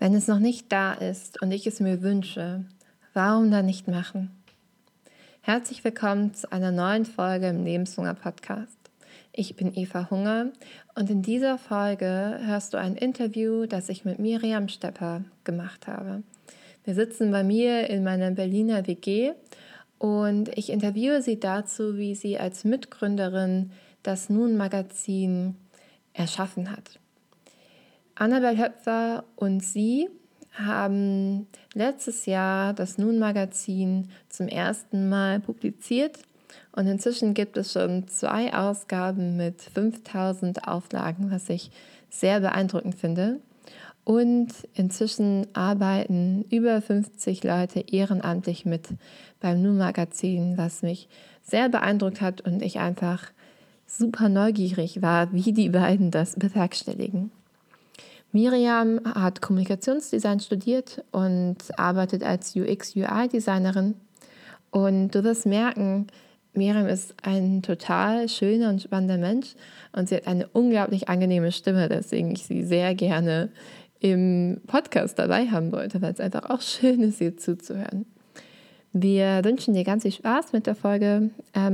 Wenn es noch nicht da ist und ich es mir wünsche, warum dann nicht machen? Herzlich willkommen zu einer neuen Folge im Lebenshunger-Podcast. Ich bin Eva Hunger und in dieser Folge hörst du ein Interview, das ich mit Miriam Stepper gemacht habe. Wir sitzen bei mir in meiner Berliner WG und ich interviewe sie dazu, wie sie als Mitgründerin das Nun-Magazin erschaffen hat. Annabel Höpfer und sie haben letztes Jahr das Nun-Magazin zum ersten Mal publiziert und inzwischen gibt es schon 2 Ausgaben mit 5000 Auflagen, was ich sehr beeindruckend finde. Und inzwischen arbeiten über 50 Leute ehrenamtlich mit beim Nun-Magazin, was mich sehr beeindruckt hat und ich einfach super neugierig war, wie die beiden das bewerkstelligen. Miriam hat Kommunikationsdesign studiert und arbeitet als UX-UI-Designerin. Und du wirst merken, Miriam ist ein total schöner und spannender Mensch und sie hat eine unglaublich angenehme Stimme, deswegen ich sie sehr gerne im Podcast dabei haben wollte, weil es einfach auch schön ist, ihr zuzuhören. Wir wünschen dir ganz viel Spaß mit der Folge.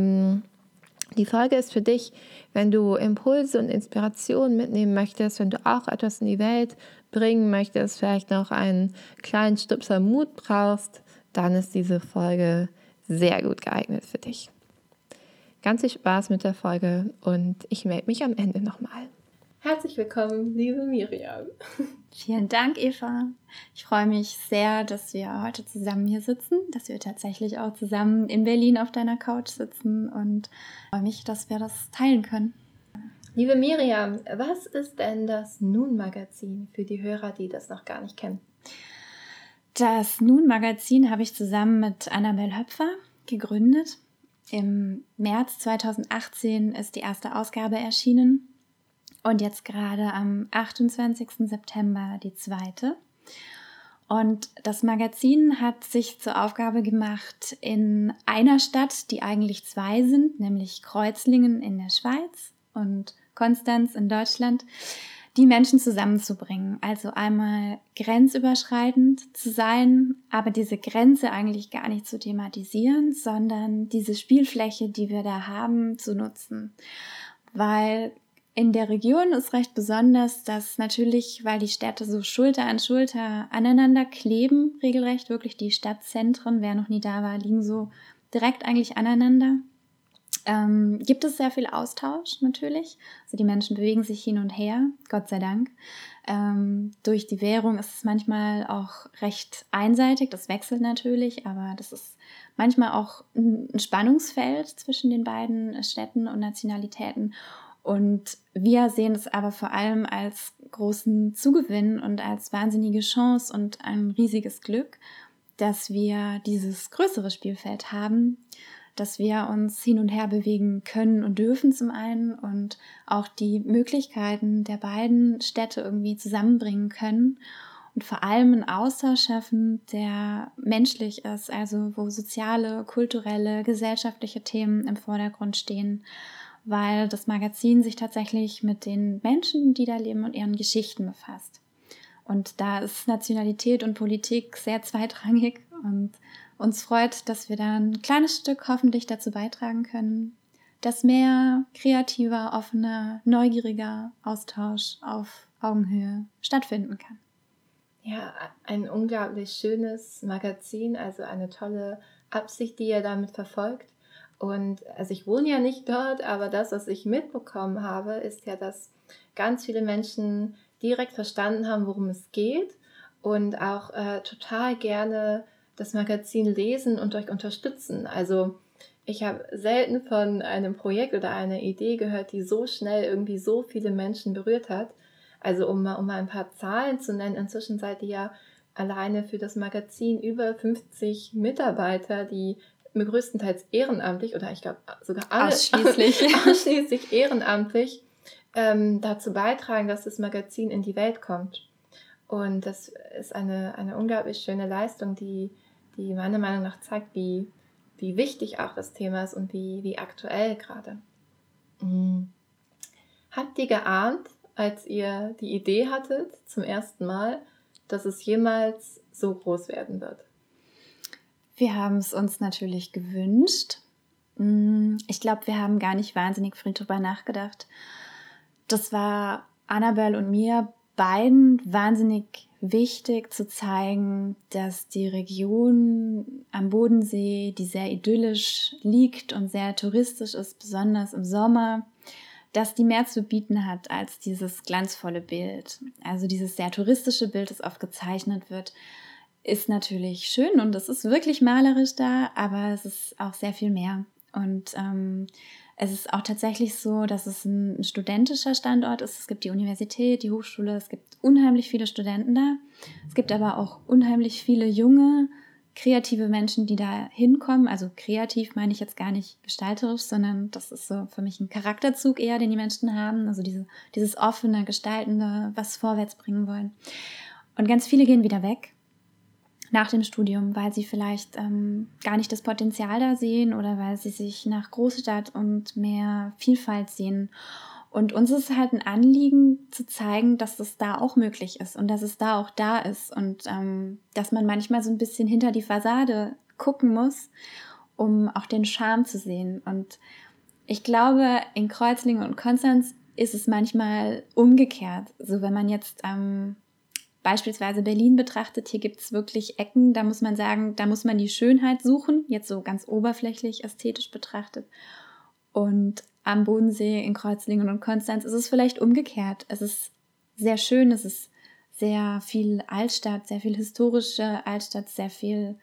Die Folge ist für dich, wenn du Impulse und Inspirationen mitnehmen möchtest, wenn du auch etwas in die Welt bringen möchtest, vielleicht noch einen kleinen Stupser Mut brauchst, dann ist diese Folge sehr gut geeignet für dich. Ganz viel Spaß mit der Folge und ich melde mich am Ende nochmal. Herzlich willkommen, liebe Miriam. Vielen Dank, Eva. Ich freue mich sehr, dass wir heute zusammen hier sitzen, dass wir tatsächlich auch zusammen in Berlin auf deiner Couch sitzen und freue mich, dass wir das teilen können. Liebe Miriam, was ist denn das Nun-Magazin für die Hörer, die das noch gar nicht kennen? Das Nun-Magazin habe ich zusammen mit Annabel Höpfer gegründet. Im März 2018 ist die erste Ausgabe erschienen. Und jetzt gerade am 28. September die zweite. Und das Magazin hat sich zur Aufgabe gemacht, in einer Stadt, die eigentlich 2 sind, nämlich Kreuzlingen in der Schweiz und Konstanz in Deutschland, die Menschen zusammenzubringen. Also einmal grenzüberschreitend zu sein, aber diese Grenze eigentlich gar nicht zu thematisieren, sondern diese Spielfläche, die wir da haben, zu nutzen. Weil in der Region ist recht besonders, dass natürlich, weil die Städte so Schulter an Schulter aneinander kleben, regelrecht wirklich die Stadtzentren, wer noch nie da war, liegen so direkt eigentlich aneinander, gibt es sehr viel Austausch natürlich. Also die Menschen bewegen sich hin und her, Gott sei Dank. Durch die Währung ist es manchmal auch recht einseitig, das wechselt natürlich, aber das ist manchmal auch ein Spannungsfeld zwischen den beiden Städten und Nationalitäten. Und wir sehen es aber vor allem als großen Zugewinn und als wahnsinnige Chance und ein riesiges Glück, dass wir dieses größere Spielfeld haben, dass wir uns hin und her bewegen können und dürfen zum einen und auch die Möglichkeiten der beiden Städte irgendwie zusammenbringen können und vor allem einen Austausch schaffen, der menschlich ist, also wo soziale, kulturelle, gesellschaftliche Themen im Vordergrund stehen, weil das Magazin sich tatsächlich mit den Menschen, die da leben und ihren Geschichten befasst. Und da ist Nationalität und Politik sehr zweitrangig und uns freut, dass wir da ein kleines Stück hoffentlich dazu beitragen können, dass mehr kreativer, offener, neugieriger Austausch auf Augenhöhe stattfinden kann. Ja, ein unglaublich schönes Magazin, also eine tolle Absicht, die ihr damit verfolgt. Und also ich wohne ja nicht dort, aber das, was ich mitbekommen habe, ist ja, dass ganz viele Menschen direkt verstanden haben, worum es geht und auch total gerne das Magazin lesen und euch unterstützen. Also ich habe selten von einem Projekt oder einer Idee gehört, die so schnell irgendwie so viele Menschen berührt hat. Also um mal ein paar Zahlen zu nennen, inzwischen seid ihr ja alleine für das Magazin über 50 Mitarbeiter, die größtenteils ehrenamtlich oder ich glaube sogar alle ausschließlich ehrenamtlich dazu beitragen, dass das Magazin in die Welt kommt. Und das ist eine unglaublich schöne Leistung, die meiner Meinung nach zeigt, wie wichtig auch das Thema ist und wie aktuell gerade. Habt ihr geahnt, als ihr die Idee hattet zum ersten Mal, dass es jemals so groß werden wird? Wir haben es uns natürlich gewünscht. Ich glaube, wir haben gar nicht wahnsinnig früh drüber nachgedacht. Das war Annabelle und mir beiden wahnsinnig wichtig zu zeigen, dass die Region am Bodensee, die sehr idyllisch liegt und sehr touristisch ist, besonders im Sommer, dass die mehr zu bieten hat als dieses glanzvolle Bild. Also dieses sehr touristische Bild, das oft gezeichnet wird, ist natürlich schön und es ist wirklich malerisch da, aber es ist auch sehr viel mehr. Und es ist auch tatsächlich so, dass es ein studentischer Standort ist. Es gibt die Universität, die Hochschule, es gibt unheimlich viele Studenten da. Es gibt aber auch unheimlich viele junge, kreative Menschen, die da hinkommen. Also kreativ meine ich jetzt gar nicht gestalterisch, sondern das ist so für mich ein Charakterzug eher, den die Menschen haben. Also dieses offene, gestaltende, was vorwärts bringen wollen. Und ganz viele gehen wieder weg nach dem Studium, weil sie vielleicht gar nicht das Potenzial da sehen oder weil sie sich nach Großstadt und mehr Vielfalt sehen. Und uns ist halt ein Anliegen zu zeigen, dass es da auch möglich ist und dass es da auch da ist und dass man manchmal so ein bisschen hinter die Fassade gucken muss, um auch den Charme zu sehen. Und ich glaube, in Kreuzlingen und Konstanz ist es manchmal umgekehrt. So wenn man jetzt beispielsweise Berlin betrachtet, hier gibt es wirklich Ecken, da muss man sagen, da muss man die Schönheit suchen, jetzt so ganz oberflächlich ästhetisch betrachtet. Und am Bodensee, in Kreuzlingen und Konstanz ist es vielleicht umgekehrt. Es ist sehr schön, es ist sehr viel Altstadt, sehr viel historische Altstadt, sehr viel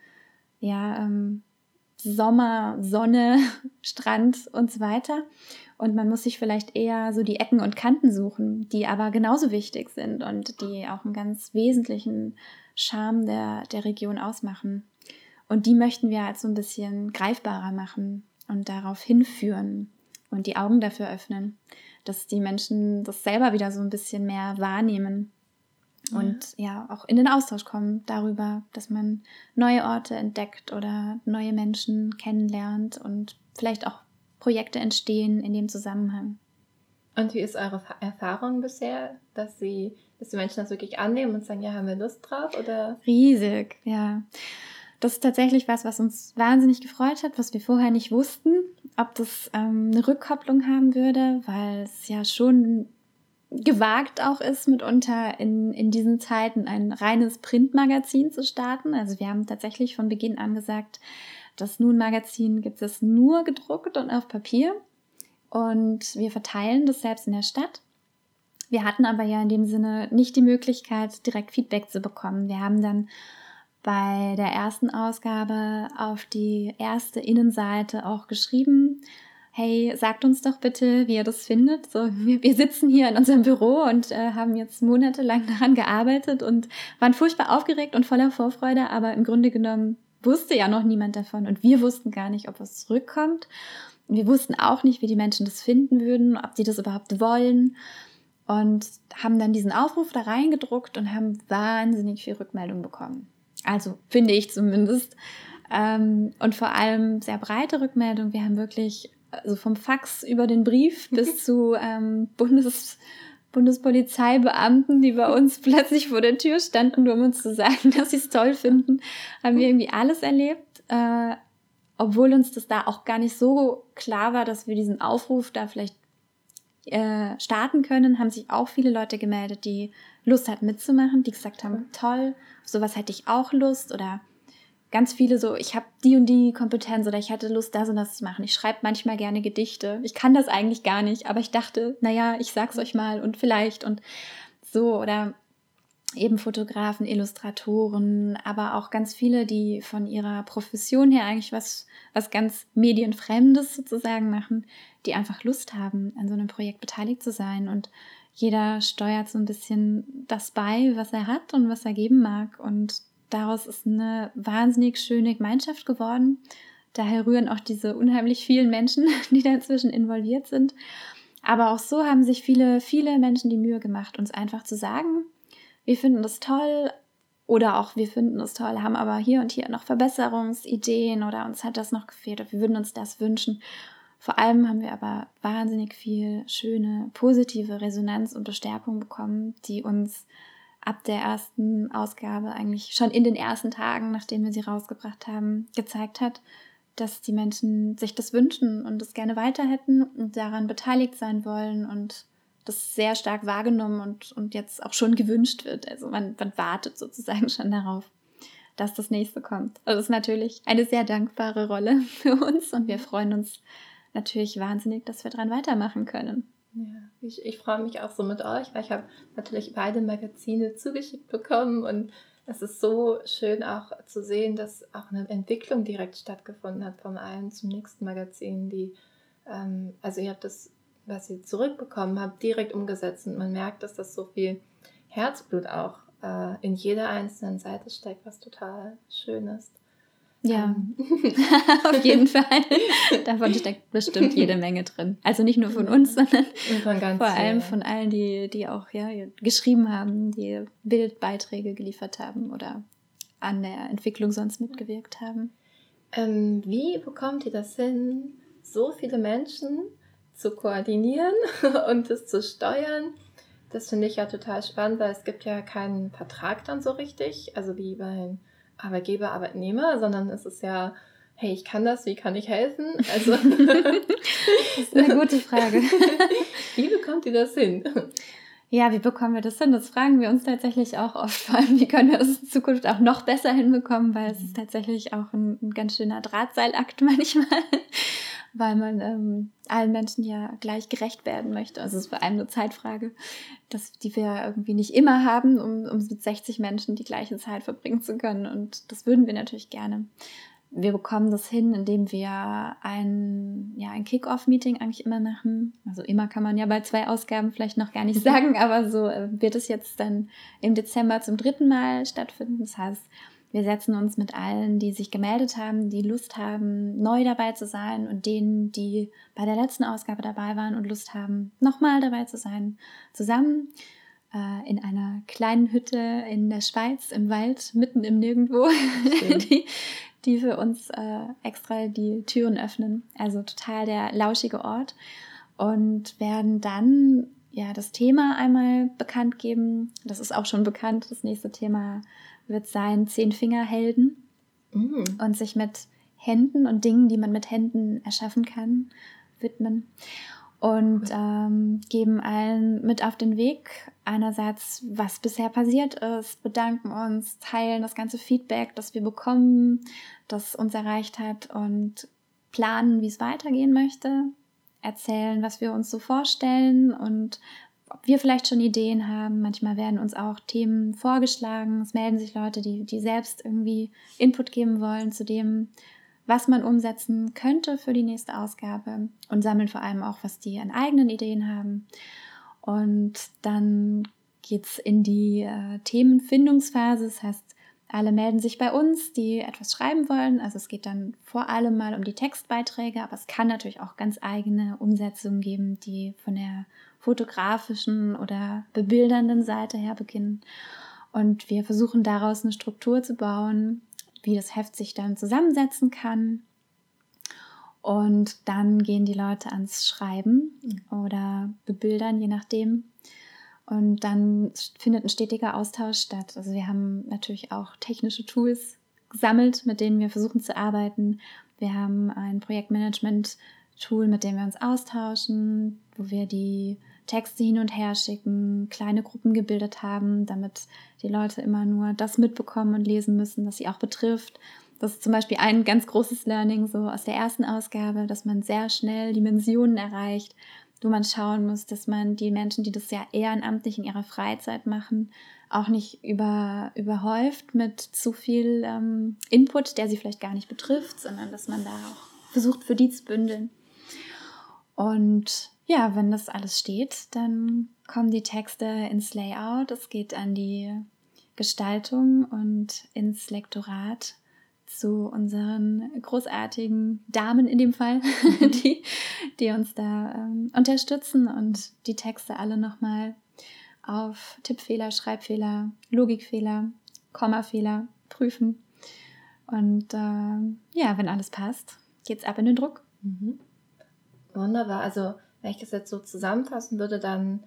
Sommer, Sonne, Strand und so weiter. Und man muss sich vielleicht eher so die Ecken und Kanten suchen, die aber genauso wichtig sind und die auch einen ganz wesentlichen Charme der Region ausmachen. Und die möchten wir halt so ein bisschen greifbarer machen und darauf hinführen und die Augen dafür öffnen, dass die Menschen das selber wieder so ein bisschen mehr wahrnehmen. Und auch in den Austausch kommen darüber, dass man neue Orte entdeckt oder neue Menschen kennenlernt und vielleicht auch Projekte entstehen in dem Zusammenhang. Und wie ist eure Erfahrung bisher, dass die Menschen das wirklich annehmen und sagen, ja, haben wir Lust drauf? Oder? Riesig, ja. Das ist tatsächlich was uns wahnsinnig gefreut hat, was wir vorher nicht wussten, ob das eine Rückkopplung haben würde, weil es ja schon gewagt auch ist, mitunter in diesen Zeiten ein reines Printmagazin zu starten. Also wir haben tatsächlich von Beginn an gesagt, das Nun-Magazin gibt es nur gedruckt und auf Papier und wir verteilen das selbst in der Stadt. Wir hatten aber ja in dem Sinne nicht die Möglichkeit, direkt Feedback zu bekommen. Wir haben dann bei der ersten Ausgabe auf die erste Innenseite auch geschrieben, hey, sagt uns doch bitte, wie ihr das findet. So, wir sitzen hier in unserem Büro und haben jetzt monatelang daran gearbeitet und waren furchtbar aufgeregt und voller Vorfreude, aber im Grunde genommen wusste ja noch niemand davon und wir wussten gar nicht, ob es zurückkommt. Wir wussten auch nicht, wie die Menschen das finden würden, ob die das überhaupt wollen und haben dann diesen Aufruf da reingedruckt und haben wahnsinnig viel Rückmeldung bekommen. Also finde ich zumindest. Und vor allem sehr breite Rückmeldung. Wir haben wirklich also vom Fax über den Brief bis zu Bundespolizeibeamten, die bei uns plötzlich vor der Tür standen, nur um uns zu sagen, dass sie es toll finden, haben wir irgendwie alles erlebt. Obwohl uns das da auch gar nicht so klar war, dass wir diesen Aufruf da vielleicht starten können, haben sich auch viele Leute gemeldet, die Lust hatten mitzumachen, die gesagt haben, toll, auf sowas hätte ich auch Lust oder ganz viele so, ich habe die und die Kompetenz oder ich hatte Lust, das und das zu machen. Ich schreibe manchmal gerne Gedichte. Ich kann das eigentlich gar nicht, aber ich dachte, naja, ich sag's euch mal und vielleicht und so oder eben Fotografen, Illustratoren, aber auch ganz viele, die von ihrer Profession her eigentlich was ganz Medienfremdes sozusagen machen, die einfach Lust haben, an so einem Projekt beteiligt zu sein und jeder steuert so ein bisschen das bei, was er hat und was er geben mag und daraus ist eine wahnsinnig schöne Gemeinschaft geworden. Daher rühren auch diese unheimlich vielen Menschen, die da inzwischen involviert sind. Aber auch so haben sich viele, viele Menschen die Mühe gemacht, uns einfach zu sagen, wir finden das toll oder auch wir finden das toll, haben aber hier und hier noch Verbesserungsideen oder uns hat das noch gefehlt oder wir würden uns das wünschen. Vor allem haben wir aber wahnsinnig viel schöne, positive Resonanz und Bestärkung bekommen, die uns ab der ersten Ausgabe, eigentlich schon in den ersten Tagen, nachdem wir sie rausgebracht haben, gezeigt hat, dass die Menschen sich das wünschen und es gerne weiter hätten und daran beteiligt sein wollen und das sehr stark wahrgenommen und jetzt auch schon gewünscht wird. Also man wartet sozusagen schon darauf, dass das nächste kommt. Also das ist natürlich eine sehr dankbare Rolle für uns und wir freuen uns natürlich wahnsinnig, dass wir dran weitermachen können. Ja, ich freue mich auch so mit euch, weil ich habe natürlich beide Magazine zugeschickt bekommen und es ist so schön auch zu sehen, dass auch eine Entwicklung direkt stattgefunden hat vom einen zum nächsten Magazin. Also ihr habt das, was ihr zurückbekommen habt, direkt umgesetzt und man merkt, dass das so viel Herzblut auch in jeder einzelnen Seite steckt, was total schön ist. Ja, auf jeden Fall. Davon steckt bestimmt jede Menge drin. Also nicht nur von uns, sondern vor allem von allen, die auch geschrieben haben, die Bildbeiträge geliefert haben oder an der Entwicklung sonst mitgewirkt haben. Wie bekommt ihr das hin, so viele Menschen zu koordinieren und es zu steuern? Das finde ich ja total spannend, weil es gibt ja keinen Vertrag dann so richtig, also wie bei Arbeitgeber, Arbeitnehmer, sondern es ist ja, hey, ich kann das, wie kann ich helfen? Also das ist eine gute Frage. Wie bekommt ihr das hin? Ja, wie bekommen wir das hin? Das fragen wir uns tatsächlich auch oft. Vor allem, wie können wir das in Zukunft auch noch besser hinbekommen, weil es ist tatsächlich auch ein ganz schöner Drahtseilakt manchmal, weil man allen Menschen ja gleich gerecht werden möchte. Also es ist vor allem eine Zeitfrage, die wir irgendwie nicht immer haben, um mit 60 Menschen die gleiche Zeit verbringen zu können. Und das würden wir natürlich gerne. Wir bekommen das hin, indem wir ein Kick-Off-Meeting eigentlich immer machen. Also immer kann man ja bei 2 Ausgaben vielleicht noch gar nicht sagen, aber so wird es jetzt dann im Dezember zum 3. Mal stattfinden. Das heißt, wir setzen uns mit allen, die sich gemeldet haben, die Lust haben, neu dabei zu sein und denen, die bei der letzten Ausgabe dabei waren und Lust haben, nochmal dabei zu sein, zusammen in einer kleinen Hütte in der Schweiz im Wald, mitten im Nirgendwo, die für uns extra die Türen öffnen. Also total der lauschige Ort. Und werden dann das Thema einmal bekannt geben. Das ist auch schon bekannt. Das nächste Thema wird sein 10-Finger-Helden. Und sich mit Händen und Dingen, die man mit Händen erschaffen kann, widmen. Und geben allen mit auf den Weg einerseits, was bisher passiert ist, bedanken uns, teilen das ganze Feedback, das wir bekommen, das uns erreicht hat und planen, wie es weitergehen möchte, erzählen, was wir uns so vorstellen und ob wir vielleicht schon Ideen haben. Manchmal werden uns auch Themen vorgeschlagen, es melden sich Leute, die selbst irgendwie Input geben wollen zu dem, was man umsetzen könnte für die nächste Ausgabe und sammeln vor allem auch, was die an eigenen Ideen haben. Und dann geht es in die Themenfindungsphase. Das heißt, alle melden sich bei uns, die etwas schreiben wollen. Also es geht dann vor allem mal um die Textbeiträge, aber es kann natürlich auch ganz eigene Umsetzungen geben, die von der fotografischen oder bebildernden Seite her beginnen. Und wir versuchen daraus eine Struktur zu bauen, wie das Heft sich dann zusammensetzen kann. Und dann gehen die Leute ans Schreiben oder bebildern, je nachdem. Und dann findet ein stetiger Austausch statt. Also wir haben natürlich auch technische Tools gesammelt, mit denen wir versuchen zu arbeiten. Wir haben ein Projektmanagement-Tool, mit dem wir uns austauschen, wo wir die Texte hin und her schicken, kleine Gruppen gebildet haben, damit die Leute immer nur das mitbekommen und lesen müssen, was sie auch betrifft. Das ist zum Beispiel ein ganz großes Learning so aus der ersten Ausgabe, dass man sehr schnell Dimensionen erreicht, wo man schauen muss, dass man die Menschen, die das ja ehrenamtlich in ihrer Freizeit machen, auch nicht überhäuft mit zu viel Input, der sie vielleicht gar nicht betrifft, sondern dass man da auch versucht, für die zu bündeln. Und ja, wenn das alles steht, dann kommen die Texte ins Layout, es geht an die Gestaltung und ins Lektorat zu unseren großartigen Damen in dem Fall, die uns da unterstützen und die Texte alle nochmal auf Tippfehler, Schreibfehler, Logikfehler, Kommafehler prüfen. Und wenn alles passt, geht's ab in den Druck. Wunderbar. Also wenn ich das jetzt so zusammenfassen würde, dann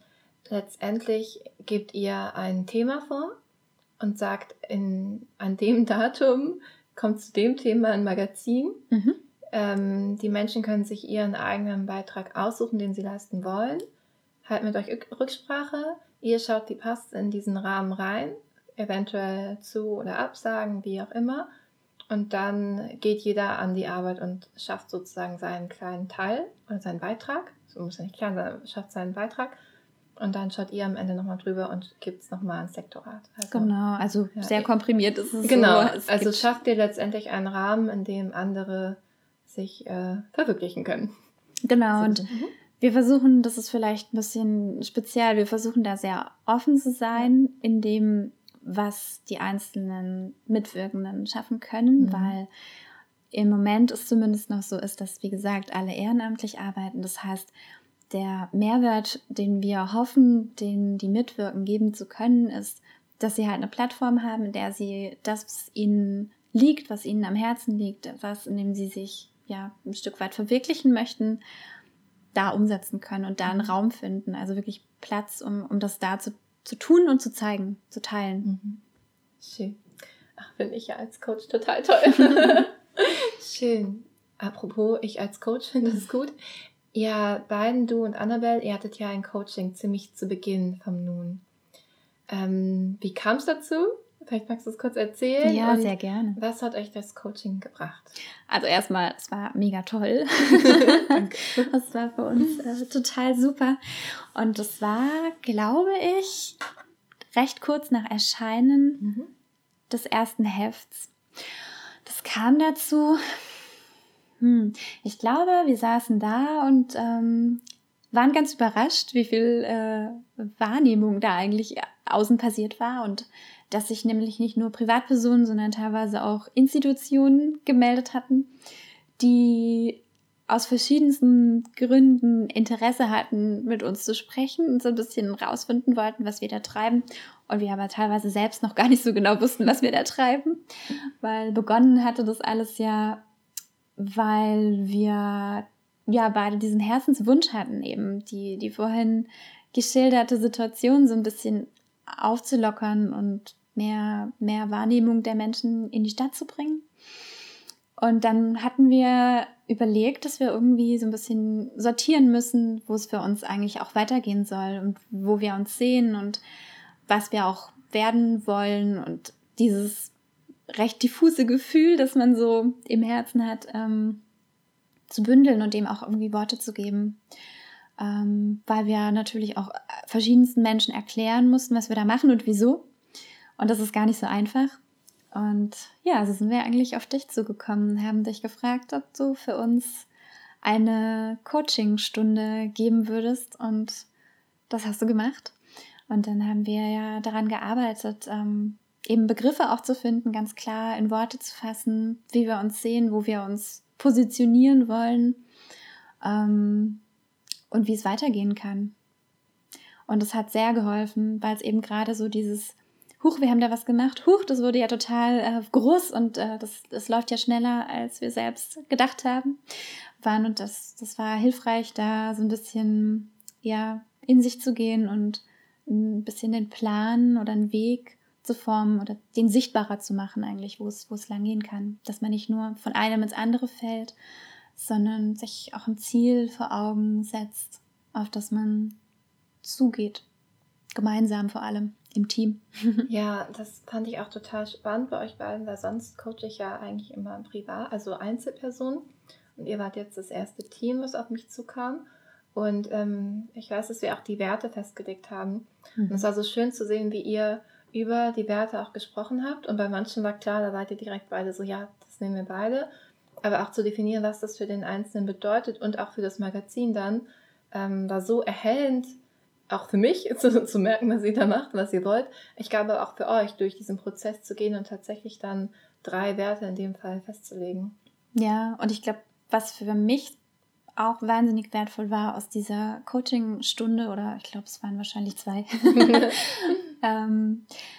letztendlich gebt ihr ein Thema vor und sagt, an dem Datum kommt zu dem Thema ein Magazin. Die Menschen können sich ihren eigenen Beitrag aussuchen, den sie leisten wollen. Halt mit euch Rücksprache. Ihr schaut, wie passt in diesen Rahmen rein. Eventuell zu- oder absagen, wie auch immer. Und dann geht jeder an die Arbeit und schafft sozusagen seinen kleinen Teil oder seinen Beitrag. So muss ja nicht klein sein, schafft seinen Beitrag. Und dann schaut ihr am Ende nochmal drüber und gibt es nochmal ans Lektorat. Genau, also sehr komprimiert ist es. Genau, so. Also schafft ihr letztendlich einen Rahmen, in dem andere sich verwirklichen können. Genau, und wir versuchen, das ist vielleicht ein bisschen speziell, wir versuchen da sehr offen zu sein, in dem, was die einzelnen Mitwirkenden schaffen können, weil im Moment es zumindest noch so ist, dass, wie gesagt, alle ehrenamtlich arbeiten. Das heißt, der Mehrwert, den wir hoffen, den die Mitwirken geben zu können, ist, dass sie halt eine Plattform haben, in der sie das, was ihnen liegt, was ihnen am Herzen liegt, was, in dem sie sich ein Stück weit verwirklichen möchten, da umsetzen können und da einen Raum finden. Also wirklich Platz, um das da zu tun und zu zeigen, zu teilen. Schön. Ach, finde ich ja als Coach total toll. Schön. Apropos, ich als Coach finde das gut. Ja, beiden, du und Annabelle, ihr hattet ja ein Coaching ziemlich zu Beginn vom Nun. Wie kam es dazu? Vielleicht magst du es kurz erzählen. Ja, sehr gerne. Was hat euch das Coaching gebracht? Also erstmal, es war mega toll. Das war für uns total super. Und das war, glaube ich, recht kurz nach Erscheinen des ersten Hefts. Das kam dazu, ich glaube, wir saßen da und waren ganz überrascht, wie viel Wahrnehmung da eigentlich außen passiert war und dass sich nämlich nicht nur Privatpersonen, sondern teilweise auch Institutionen gemeldet hatten, die aus verschiedensten Gründen Interesse hatten, mit uns zu sprechen und so ein bisschen rausfinden wollten, was wir da treiben. Und wir aber teilweise selbst noch gar nicht so genau wussten, was wir da treiben, weil begonnen hatte das alles ja, weil wir beide diesen Herzenswunsch hatten, eben die vorhin geschilderte Situation so ein bisschen aufzulockern und mehr Wahrnehmung der Menschen in die Stadt zu bringen. Und dann hatten wir überlegt, dass wir irgendwie so ein bisschen sortieren müssen, wo es für uns eigentlich auch weitergehen soll und wo wir uns sehen und was wir auch werden wollen und dieses recht diffuse Gefühl, das man so im Herzen hat, zu bündeln und dem auch irgendwie Worte zu geben. Weil wir natürlich auch verschiedensten Menschen erklären mussten, was wir da machen und wieso. Und das ist gar nicht so einfach. Und ja, also sind wir eigentlich auf dich zugekommen, haben dich gefragt, ob du für uns eine Coachingstunde geben würdest. Und das hast du gemacht. Und dann haben wir ja daran gearbeitet, eben Begriffe auch zu finden, ganz klar in Worte zu fassen, wie wir uns sehen, wo wir uns positionieren wollen und wie es weitergehen kann. Und es hat sehr geholfen, weil es eben gerade so dieses wir haben da was gemacht, das wurde ja total groß und das läuft ja schneller, als wir selbst gedacht haben, und das war hilfreich, da so ein bisschen in sich zu gehen und ein bisschen den Plan oder einen Weg zu formen oder den sichtbarer zu machen eigentlich, wo es lang gehen kann. Dass man nicht nur von einem ins andere fällt, sondern sich auch ein Ziel vor Augen setzt, auf das man zugeht. Gemeinsam vor allem, im Team. Ja, das fand ich auch total spannend bei euch beiden, weil sonst coache ich ja eigentlich immer privat, also Einzelpersonen. Und ihr wart jetzt das erste Team, was auf mich zukam. Und ich weiß, dass wir auch die Werte festgelegt haben. Und es war so schön zu sehen, wie ihr über die Werte auch gesprochen habt. Und bei manchen war klar, da wart ihr direkt beide so, ja, das nehmen wir beide. Aber auch zu definieren, was das für den Einzelnen bedeutet und auch für das Magazin dann, war so erhellend, auch für mich zu merken, was ihr da macht, was ihr wollt. Ich glaube auch für euch, durch diesen Prozess zu gehen und tatsächlich dann 3 Werte in dem Fall festzulegen. Ja, und ich glaube, was für mich auch wahnsinnig wertvoll war aus dieser Coaching-Stunde, oder ich glaube, es waren wahrscheinlich 2,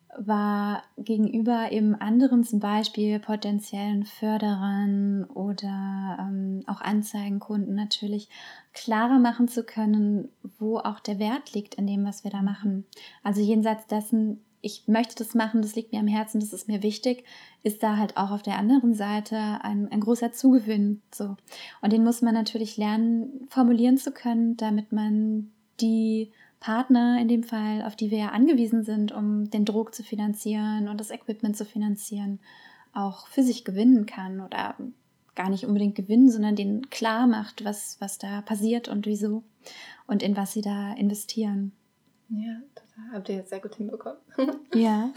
war gegenüber eben anderen, zum Beispiel potenziellen Förderern oder auch Anzeigenkunden natürlich klarer machen zu können, wo auch der Wert liegt in dem, was wir da machen. Also jenseits dessen, ich möchte das machen, das liegt mir am Herzen, das ist mir wichtig, ist da halt auch auf der anderen Seite ein großer Zugewinn. So. Und den muss man natürlich lernen, formulieren zu können, damit man die Partner in dem Fall, auf die wir ja angewiesen sind, um den Druck zu finanzieren und das Equipment zu finanzieren, auch für sich gewinnen kann oder gar nicht unbedingt gewinnen, sondern denen klar macht, was da passiert und wieso und in was sie da investieren. Ja, total. Habt ihr jetzt sehr gut hinbekommen. Ja.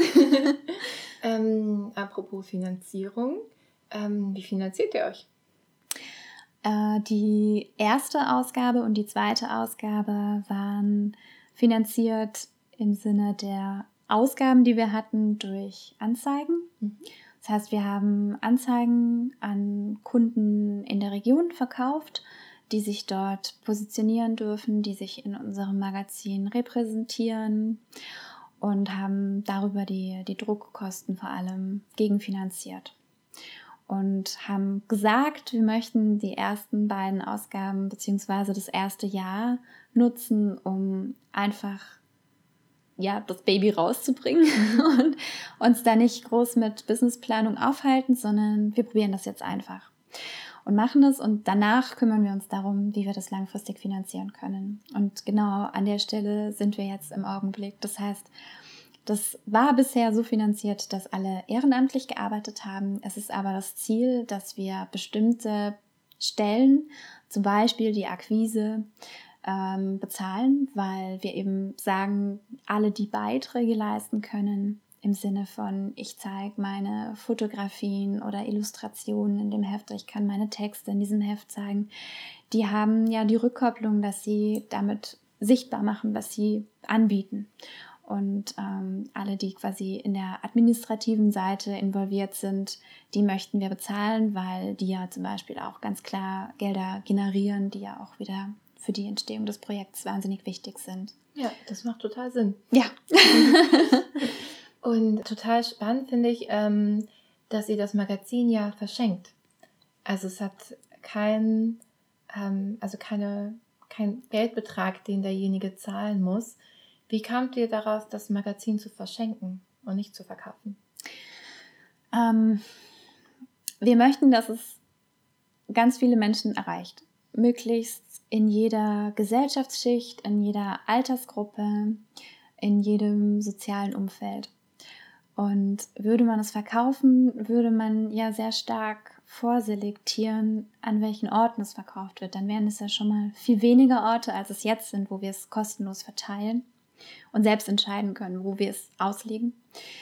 Apropos Finanzierung, wie finanziert ihr euch? Die erste Ausgabe und die zweite Ausgabe waren finanziert im Sinne der Ausgaben, die wir hatten, durch Anzeigen. Das heißt, wir haben Anzeigen an Kunden in der Region verkauft, die sich dort positionieren dürfen, die sich in unserem Magazin repräsentieren und haben darüber die Druckkosten vor allem gegenfinanziert. Und haben gesagt, wir möchten die ersten beiden Ausgaben bzw. das erste Jahr nutzen, um einfach das Baby rauszubringen und uns da nicht groß mit Businessplanung aufhalten, sondern wir probieren das jetzt einfach und machen es und danach kümmern wir uns darum, wie wir das langfristig finanzieren können. Und genau an der Stelle sind wir jetzt im Augenblick. Das heißt, das war bisher so finanziert, dass alle ehrenamtlich gearbeitet haben. Es ist aber das Ziel, dass wir bestimmte Stellen, zum Beispiel die Akquise, bezahlen, weil wir eben sagen, alle, die Beiträge leisten können, im Sinne von, ich zeige meine Fotografien oder Illustrationen in dem Heft, ich kann meine Texte in diesem Heft zeigen, die haben ja die Rückkopplung, dass sie damit sichtbar machen, was sie anbieten. Und alle, die quasi in der administrativen Seite involviert sind, die möchten wir bezahlen, weil die ja zum Beispiel auch ganz klar Gelder generieren, die ja auch wieder für die Entstehung des Projekts wahnsinnig wichtig sind. Ja, das macht total Sinn. Ja. Und total spannend finde ich, dass ihr das Magazin ja verschenkt. Also es hat kein Geldbetrag, den derjenige zahlen muss. Wie kamt ihr darauf, das Magazin zu verschenken und nicht zu verkaufen? Wir möchten, dass es ganz viele Menschen erreicht. Möglichst in jeder Gesellschaftsschicht, in jeder Altersgruppe, in jedem sozialen Umfeld. Und würde man es verkaufen, würde man ja sehr stark vorselektieren, an welchen Orten es verkauft wird. Dann wären es ja schon mal viel weniger Orte, als es jetzt sind, wo wir es kostenlos verteilen und selbst entscheiden können, wo wir es auslegen.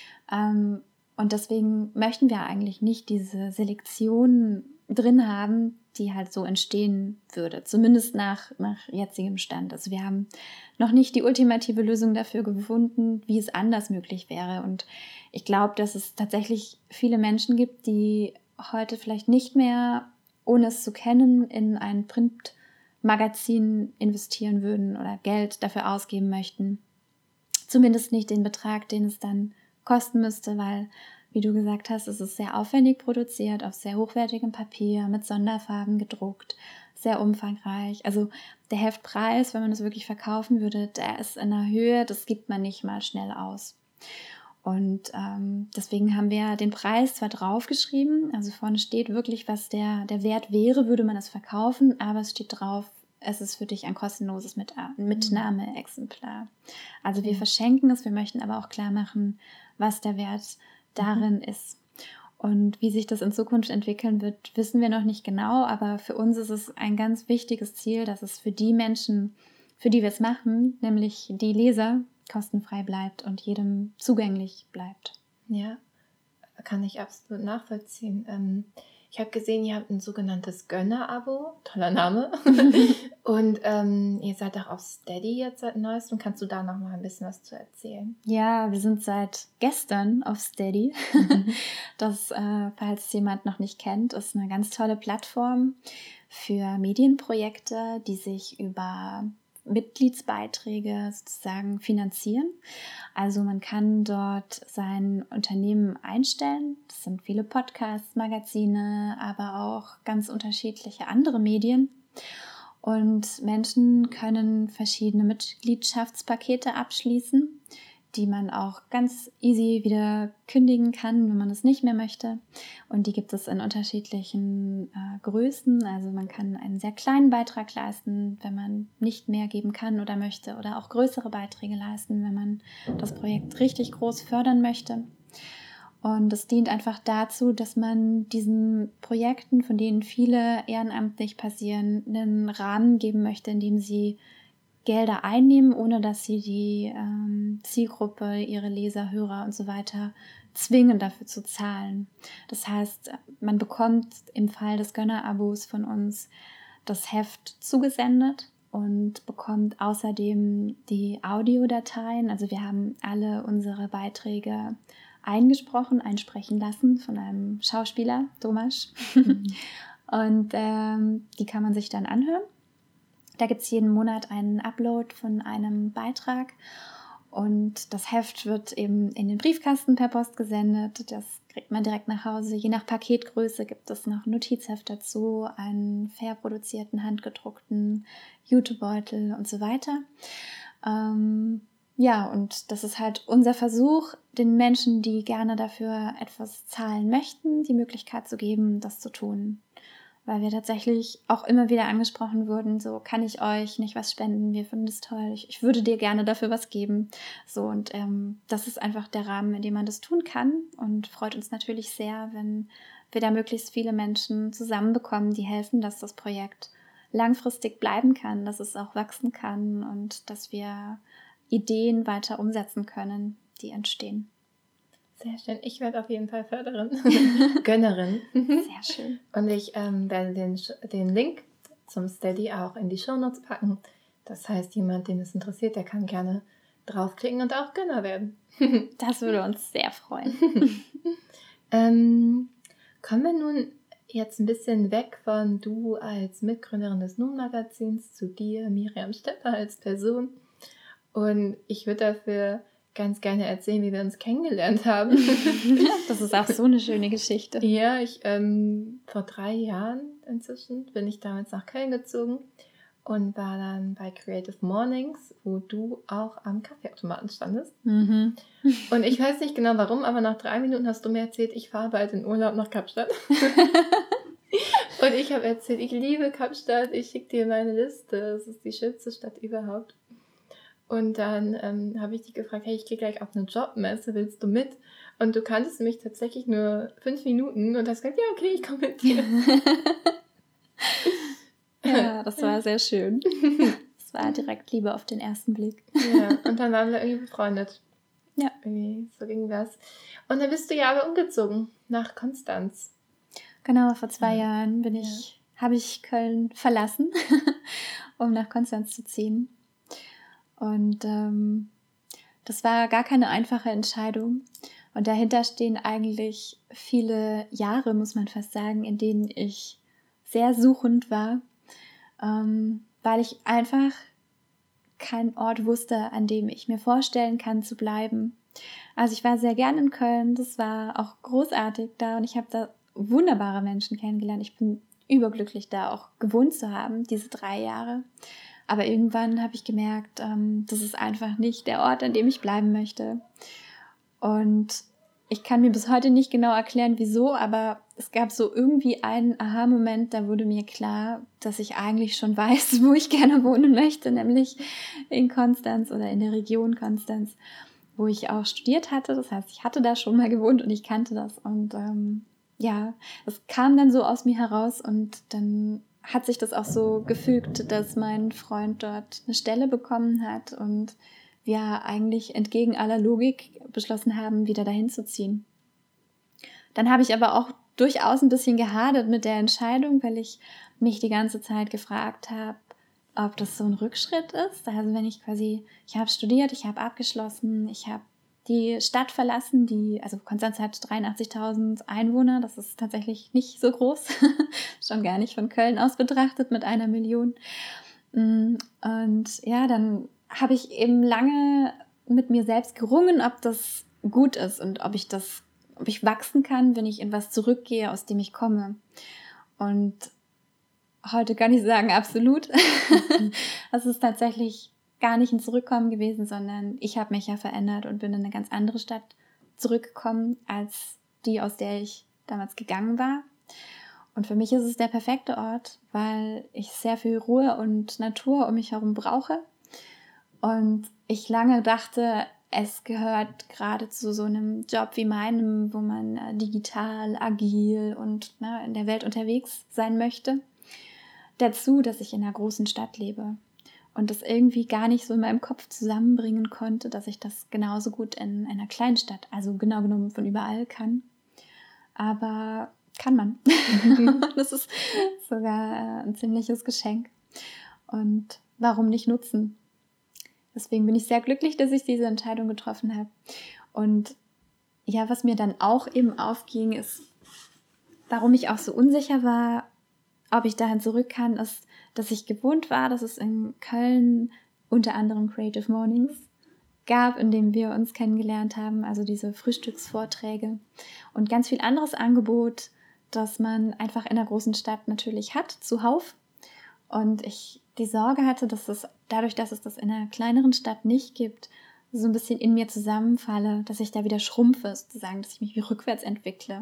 Und deswegen möchten wir eigentlich nicht diese Selektion drin haben, die halt so entstehen würde, zumindest nach jetzigem Stand. Also wir haben noch nicht die ultimative Lösung dafür gefunden, wie es anders möglich wäre. Und ich glaube, dass es tatsächlich viele Menschen gibt, die heute vielleicht nicht mehr, ohne es zu kennen, in ein Printmagazin investieren würden oder Geld dafür ausgeben möchten. Zumindest nicht den Betrag, den es dann kosten müsste, weil, wie du gesagt hast, es ist sehr aufwendig produziert, auf sehr hochwertigem Papier, mit Sonderfarben gedruckt, sehr umfangreich. Also der Heftpreis, wenn man es wirklich verkaufen würde, der ist in einer Höhe, das gibt man nicht mal schnell aus. Und deswegen haben wir den Preis zwar draufgeschrieben, also vorne steht wirklich, was der Wert wäre, würde man es verkaufen, aber es steht drauf, es ist für dich ein kostenloses Mitnahmeexemplar. Also wir verschenken es, wir möchten aber auch klar machen, was der Wert darin ist. Und wie sich das in Zukunft entwickeln wird, wissen wir noch nicht genau, aber für uns ist es ein ganz wichtiges Ziel, dass es für die Menschen, für die wir es machen, nämlich die Leser, kostenfrei bleibt und jedem zugänglich bleibt. Ja, kann ich absolut nachvollziehen. Ich habe gesehen, ihr habt ein sogenanntes Gönner-Abo, toller Name. Und ihr seid auch auf Steady jetzt seit neuestem. Kannst du da noch mal ein bisschen was zu erzählen? Ja, wir sind seit gestern auf Steady. Das, falls jemand noch nicht kennt, ist eine ganz tolle Plattform für Medienprojekte, die sich über Mitgliedsbeiträge sozusagen finanzieren. Also man kann dort sein Unternehmen einstellen. Das sind viele Podcasts, Magazine, aber auch ganz unterschiedliche andere Medien. Und Menschen können verschiedene Mitgliedschaftspakete abschließen, die man auch ganz easy wieder kündigen kann, wenn man es nicht mehr möchte. Und die gibt es in unterschiedlichen Größen. Also man kann einen sehr kleinen Beitrag leisten, wenn man nicht mehr geben kann oder möchte, oder auch größere Beiträge leisten, wenn man das Projekt richtig groß fördern möchte. Und es dient einfach dazu, dass man diesen Projekten, von denen viele ehrenamtlich passieren, einen Rahmen geben möchte, in dem sie Gelder einnehmen, ohne dass sie die Zielgruppe, ihre Leser, Hörer und so weiter zwingen, dafür zu zahlen. Das heißt, man bekommt im Fall des Gönner-Abos von uns das Heft zugesendet und bekommt außerdem die Audiodateien. Also wir haben alle unsere Beiträge einsprechen lassen von einem Schauspieler, Tomasz. Und die kann man sich dann anhören. Da gibt es jeden Monat einen Upload von einem Beitrag und das Heft wird eben in den Briefkasten per Post gesendet. Das kriegt man direkt nach Hause. Je nach Paketgröße gibt es noch ein Notizheft dazu, einen fair produzierten, handgedruckten Jutebeutel und so weiter. Ja, und das ist halt unser Versuch, den Menschen, die gerne dafür etwas zahlen möchten, die Möglichkeit zu geben, das zu tun. Weil wir tatsächlich auch immer wieder angesprochen wurden, so, kann ich euch nicht was spenden, wir finden das toll, ich würde dir gerne dafür was geben. So, und das ist einfach der Rahmen, in dem man das tun kann, und freut uns natürlich sehr, wenn wir da möglichst viele Menschen zusammenbekommen, die helfen, dass das Projekt langfristig bleiben kann, dass es auch wachsen kann und dass wir Ideen weiter umsetzen können, die entstehen. Sehr schön. Ich werde auf jeden Fall Förderin, Gönnerin. Sehr schön. Und ich werde den Link zum Steady auch in die Shownotes packen. Das heißt, jemand, den es interessiert, der kann gerne draufklicken und auch Gönner werden. Das würde uns sehr freuen. Kommen wir nun jetzt ein bisschen weg von du als Mitgründerin des Nun-Magazins zu dir, Miriam Stepper, als Person. Und ich würde dafür ganz gerne erzählen, wie wir uns kennengelernt haben. Das ist auch so eine schöne Geschichte. Ja, vor 3 Jahren inzwischen bin ich damals nach Köln gezogen und war dann bei Creative Mornings, wo du auch am Kaffeeautomaten standest. Mhm. Und ich weiß nicht genau warum, aber nach 3 Minuten hast du mir erzählt, ich fahre bald in Urlaub nach Kapstadt. Und ich habe erzählt, ich liebe Kapstadt, ich schicke dir meine Liste, das ist die schönste Stadt überhaupt. Und dann habe ich dich gefragt, hey, ich gehe gleich auf eine Jobmesse, willst du mit? Und du kanntest mich tatsächlich nur 5 Minuten und hast gesagt, ja, okay, ich komme mit dir. Ja, das war sehr schön. Es war direkt Liebe auf den ersten Blick. Ja, und dann waren wir irgendwie befreundet. Ja. Irgendwie, so ging das. Und dann bist du ja aber umgezogen nach Konstanz. Genau, vor 2 Jahren habe ich Köln verlassen, um nach Konstanz zu ziehen. Und das war gar keine einfache Entscheidung. Und dahinter stehen eigentlich viele Jahre, muss man fast sagen, in denen ich sehr suchend war, weil ich einfach keinen Ort wusste, an dem ich mir vorstellen kann zu bleiben. Also ich war sehr gern in Köln, das war auch großartig da und ich habe da wunderbare Menschen kennengelernt. Ich bin überglücklich, da auch gewohnt zu haben, diese 3 Jahre. Aber irgendwann habe ich gemerkt, das ist einfach nicht der Ort, an dem ich bleiben möchte. Und ich kann mir bis heute nicht genau erklären, wieso, aber es gab so irgendwie einen Aha-Moment, da wurde mir klar, dass ich eigentlich schon weiß, wo ich gerne wohnen möchte, nämlich in Konstanz oder in der Region Konstanz, wo ich auch studiert hatte. Das heißt, ich hatte da schon mal gewohnt und ich kannte das. Und das kam dann so aus mir heraus und dann hat sich das auch so gefügt, dass mein Freund dort eine Stelle bekommen hat und wir eigentlich entgegen aller Logik beschlossen haben, wieder dahin zu ziehen. Dann habe ich aber auch durchaus ein bisschen gehadert mit der Entscheidung, weil ich mich die ganze Zeit gefragt habe, ob das so ein Rückschritt ist. Also wenn ich habe studiert, ich habe abgeschlossen, ich habe die Stadt verlassen, also Konstanz hat 83.000 Einwohner, das ist tatsächlich nicht so groß, schon gar nicht von Köln aus betrachtet mit 1 Million. Und ja, dann habe ich eben lange mit mir selbst gerungen, ob das gut ist und ob ich wachsen kann, wenn ich in was zurückgehe, aus dem ich komme. Und heute kann ich sagen, absolut. Es ist tatsächlich gar nicht ein Zurückkommen gewesen, sondern ich habe mich ja verändert und bin in eine ganz andere Stadt zurückgekommen, als die, aus der ich damals gegangen war. Und für mich ist es der perfekte Ort, weil ich sehr viel Ruhe und Natur um mich herum brauche. Und ich lange dachte, es gehört gerade zu so einem Job wie meinem, wo man digital, agil und in der Welt unterwegs sein möchte, dazu, dass ich in einer großen Stadt lebe und das irgendwie gar nicht so in meinem Kopf zusammenbringen konnte, dass ich das genauso gut in einer Kleinstadt, also genau genommen von überall kann. Aber kann man. Das ist sogar ein ziemliches Geschenk. Und warum nicht nutzen? Deswegen bin ich sehr glücklich, dass ich diese Entscheidung getroffen habe. Und ja, was mir dann auch eben aufging, ist, warum ich auch so unsicher war, ob ich dahin zurück kann, ist, dass ich gewohnt war, dass es in Köln unter anderem Creative Mornings gab, in dem wir uns kennengelernt haben, also diese Frühstücksvorträge und ganz viel anderes Angebot, das man einfach in einer großen Stadt natürlich hat, zuhauf. Und ich die Sorge hatte, dass es dadurch, dass es das in einer kleineren Stadt nicht gibt, so ein bisschen in mir zusammenfalle, dass ich da wieder schrumpfe, sozusagen, dass ich mich wie rückwärts entwickle.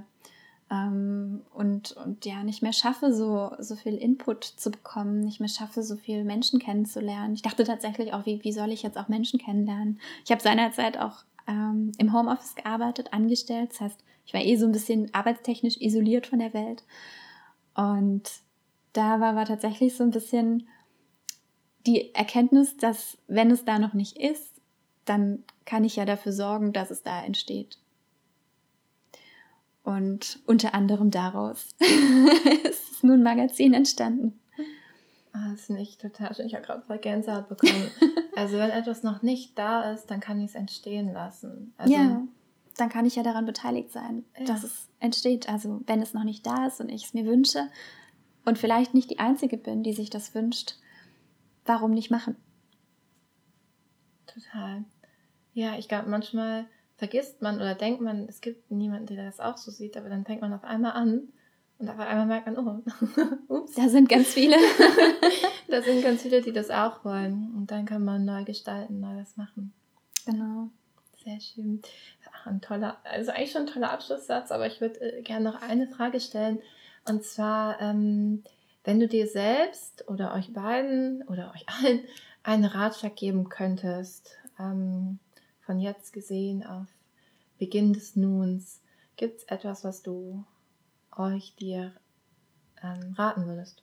Und ja, nicht mehr schaffe, so viel Input zu bekommen, nicht mehr schaffe, so viele Menschen kennenzulernen. Ich dachte tatsächlich auch, wie soll ich jetzt auch Menschen kennenlernen? Ich habe seinerzeit auch im Homeoffice gearbeitet, angestellt. Das heißt, ich war so ein bisschen arbeitstechnisch isoliert von der Welt. Und da war tatsächlich so ein bisschen die Erkenntnis, dass wenn es da noch nicht ist, dann kann ich ja dafür sorgen, dass es da entsteht. Und unter anderem daraus ist nun Magazin entstanden. Das finde ich total schön. Ich habe gerade voll Gänsehaut bekommen. Also wenn etwas noch nicht da ist, dann kann ich es entstehen lassen. Also, ja, dann kann ich ja daran beteiligt sein, dass es entsteht. Also wenn es noch nicht da ist und ich es mir wünsche und vielleicht nicht die Einzige bin, die sich das wünscht, warum nicht machen? Total. Ja, ich glaube, manchmal vergisst man oder denkt man, es gibt niemanden, der das auch so sieht, aber dann fängt man auf einmal an und auf einmal merkt man, oh, ups. Da sind ganz viele. Da sind ganz viele, die das auch wollen. Und dann kann man neu gestalten, Neues machen. Genau. Sehr schön. Also eigentlich schon ein toller Abschlusssatz, aber ich würde gerne noch eine Frage stellen. Und zwar, wenn du dir selbst oder euch beiden oder euch allen einen Ratschlag geben könntest, von jetzt gesehen auf Beginn des Nuns, gibt es etwas, was du dir raten würdest?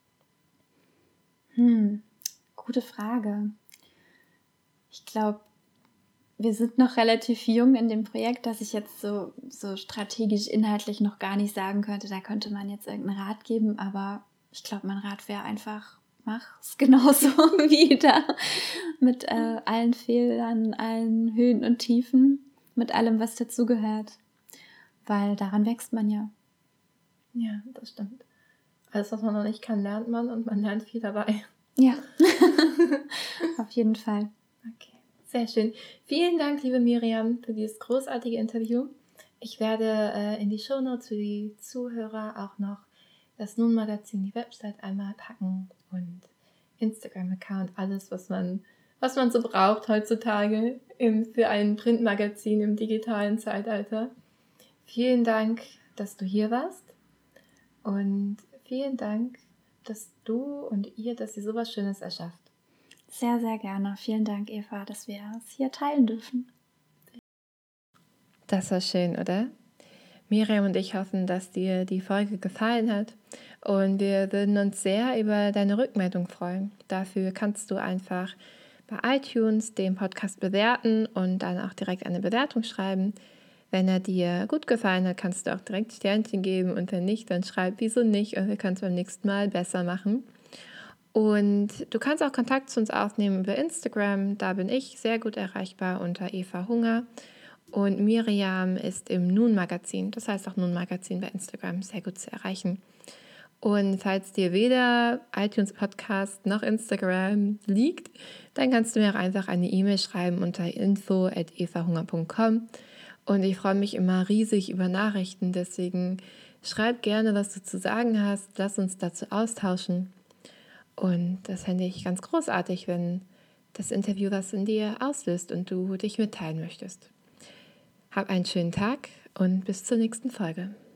Gute Frage. Ich glaube, wir sind noch relativ jung in dem Projekt, dass ich jetzt so strategisch inhaltlich noch gar nicht sagen könnte, da könnte man jetzt irgendeinen Rat geben, aber ich glaube, mein Rat wäre einfach, mach es genauso wie da, mit allen Fehlern, allen Höhen und Tiefen, mit allem, was dazugehört, weil daran wächst man ja. Ja, das stimmt. Alles, was man noch nicht kann, lernt man und man lernt viel dabei. Ja, auf jeden Fall. Okay, sehr schön. Vielen Dank, liebe Miriam, für dieses großartige Interview. Ich werde in die Shownotes für die Zuhörer auch noch das Nun-Magazin, die Website einmal packen und Instagram-Account, alles, was man so braucht heutzutage für ein Printmagazin im digitalen Zeitalter. Vielen Dank, dass du hier warst und vielen Dank, dass ihr sowas Schönes erschafft. Sehr, sehr gerne. Vielen Dank, Eva, dass wir es hier teilen dürfen. Das war schön, oder? Miriam und ich hoffen, dass dir die Folge gefallen hat und wir würden uns sehr über deine Rückmeldung freuen. Dafür kannst du einfach bei iTunes den Podcast bewerten und dann auch direkt eine Bewertung schreiben. Wenn er dir gut gefallen hat, kannst du auch direkt Sternchen geben und wenn nicht, dann schreib wieso nicht und wir können es beim nächsten Mal besser machen. Und du kannst auch Kontakt zu uns aufnehmen über Instagram, da bin ich sehr gut erreichbar unter Eva Hunger. Und Miriam ist im Nun-Magazin, das heißt auch Nun-Magazin bei Instagram, sehr gut zu erreichen. Und falls dir weder iTunes Podcast noch Instagram liegt, dann kannst du mir auch einfach eine E-Mail schreiben unter info@evahunger.com. Und ich freue mich immer riesig über Nachrichten, deswegen schreib gerne, was du zu sagen hast. Lass uns dazu austauschen. Und das fände ich ganz großartig, wenn das Interview was in dir auslöst und du dich mitteilen möchtest. Hab einen schönen Tag und bis zur nächsten Folge.